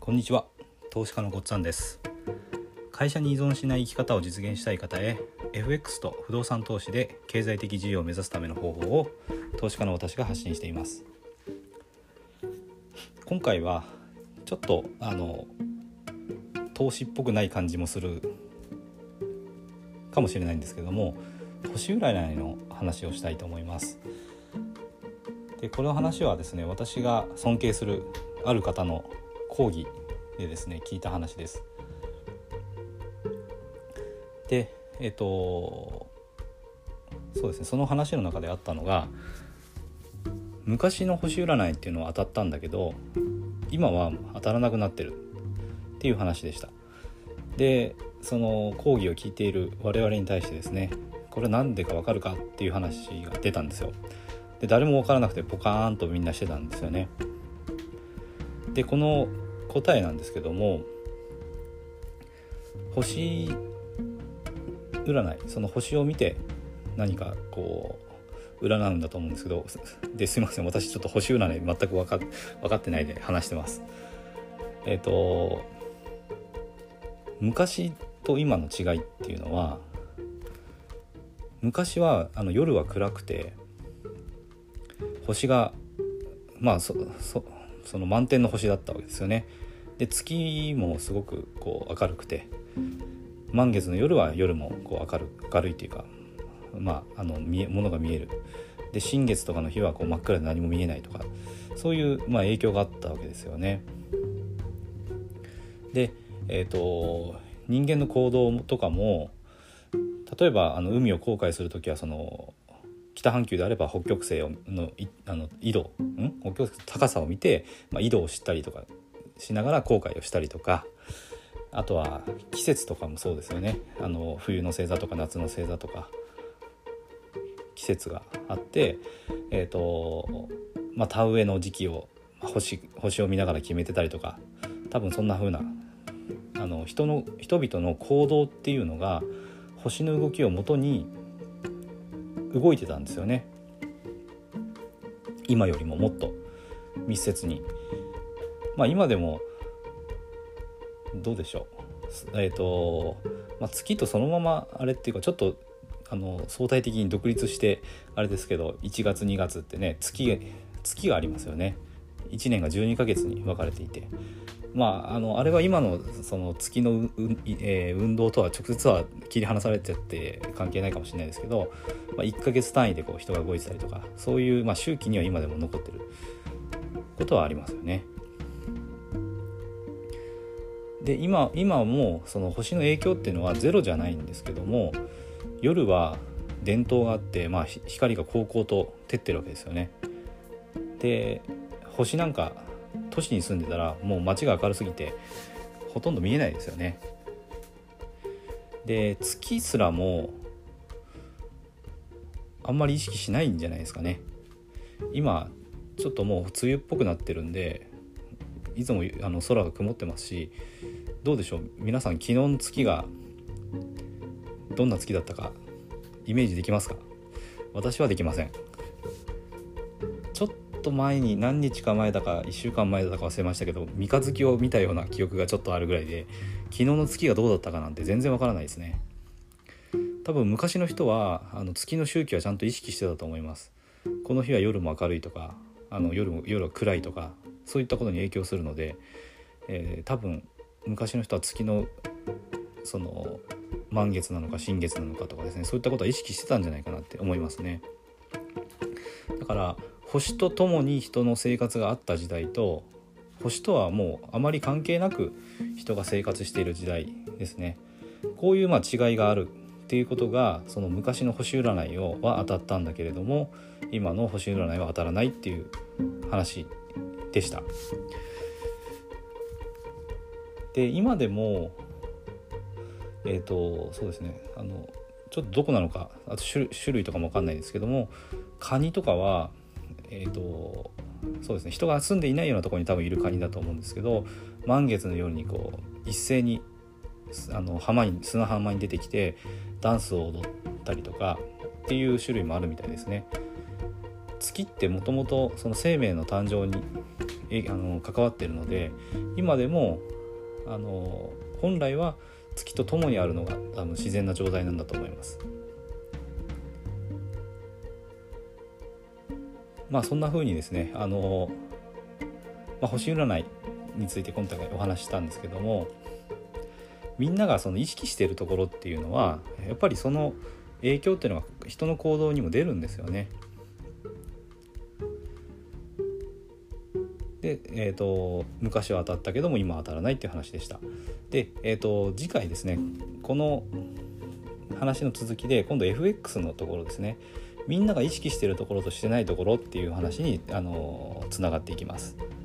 こんにちは。投資家のごっつぁんです。会社に依存しない生き方を実現したい方へ FX と不動産投資で経済的自由を目指すための方法を投資家の私が発信しています。今回はちょっと投資っぽくない感じもするかもしれないんですけども、星占いの話をしたいと思います。でこの話はですね、私が尊敬するある方の講義でですね聞いた話です。でそうですね、その話の中であったのが、昔の星占いっていうのは当たったんだけど今は当たらなくなってるっていう話でした。でその講義を聞いている我々に対してですね、これなんでかわかるかっていう話が出たんですよ。で誰もわからなくてポカーンとみんなしてたんですよね。でこの答えなんですけども、星占い、その星を見て何かこう占うんだと思うんですけど、ですいません、私ちょっと星占い全く分かってないで話してます。昔と今の違いっていうのは、昔は夜は暗くて星がその満天の星だったわけですよね。で月もすごくこう明るくて、満月の夜は夜もこう明るいというか、ものが見える。で新月とかの日はこう真っ暗で何も見えないとか、そういう影響があったわけですよね。で人間の行動とかも、例えば海を航海するときはその北半球であれば北極星の緯度、北極星の高さを見て、緯度を知ったりとかしながら航海をしたりとか、あとは季節とかもそうですよね。冬の星座とか夏の星座とか季節があって、田植えの時期を星を見ながら決めてたりとか、多分そんな風な人々の行動っていうのが星の動きをもとに動いてたんですよね。今よりももっと密接に。今でもどうでしょう、月とそのままあれっていうか、ちょっと相対的に独立してあれですけど、1月2月ってね、月がありますよね。1年が12ヶ月に分かれていて、あれは今のその月の運動とは直接は切り離されちゃって関係ないかもしれないですけど、1ヶ月単位でこう人が動いてたりとか、そういう周期には今でも残ってることはありますよね。で今もその星の影響っていうのはゼロじゃないんですけども、夜は電灯があって、光がこうこうと照ってるわけですよね。で星なんか都市に住んでたらもう街が明るすぎてほとんど見えないですよね。で月すらもあんまり意識しないんじゃないですかね。今ちょっともう梅雨っぽくなってるんで、いつも空が曇ってますし、どうでしょう皆さん、昨日の月がどんな月だったかイメージできますか？私はできません。ちょっと前に何日か前だか1週間前だか忘れましたけど、三日月を見たような記憶がちょっとあるぐらいで、昨日の月がどうだったかなんて全然わからないですね。多分昔の人は月の周期はちゃんと意識してたと思います。この日は夜も明るいとか、夜は暗いとか、そういったことに影響するので、多分昔の人は月のその満月なのか新月なのかとかですね、そういったことは意識してたんじゃないかなって思いますね。だから星とともに人の生活があった時代と、星とはもうあまり関係なく人が生活している時代ですね。こういう違いがあるっていうことが、その昔の星占いは当たったんだけれども今の星占いは当たらないっていう話でした。で今でもそうですね、ちょっとどこなのか、あと種類とかも分かんないですけども、カニとかはそうですね、人が住んでいないようなところに多分いるカニだと思うんですけど、満月の夜にこう一斉に砂浜に出てきてダンスを踊ったりとかっていう種類もあるみたいですね。月ってもともとその生命の誕生に関わっているので、今でも本来は月と共にあるのが多分自然な状態なんだと思います。そんな風にですね、星占いについて今回お話ししたんですけども、みんながその意識しているところっていうのはやっぱりその影響っていうのが人の行動にも出るんですよね。で、昔は当たったけども今は当たらないっていう話でした。で、次回ですね、この話の続きで今度 FX のところですね、みんなが意識しているところとしてないところっていう話につながっていきます。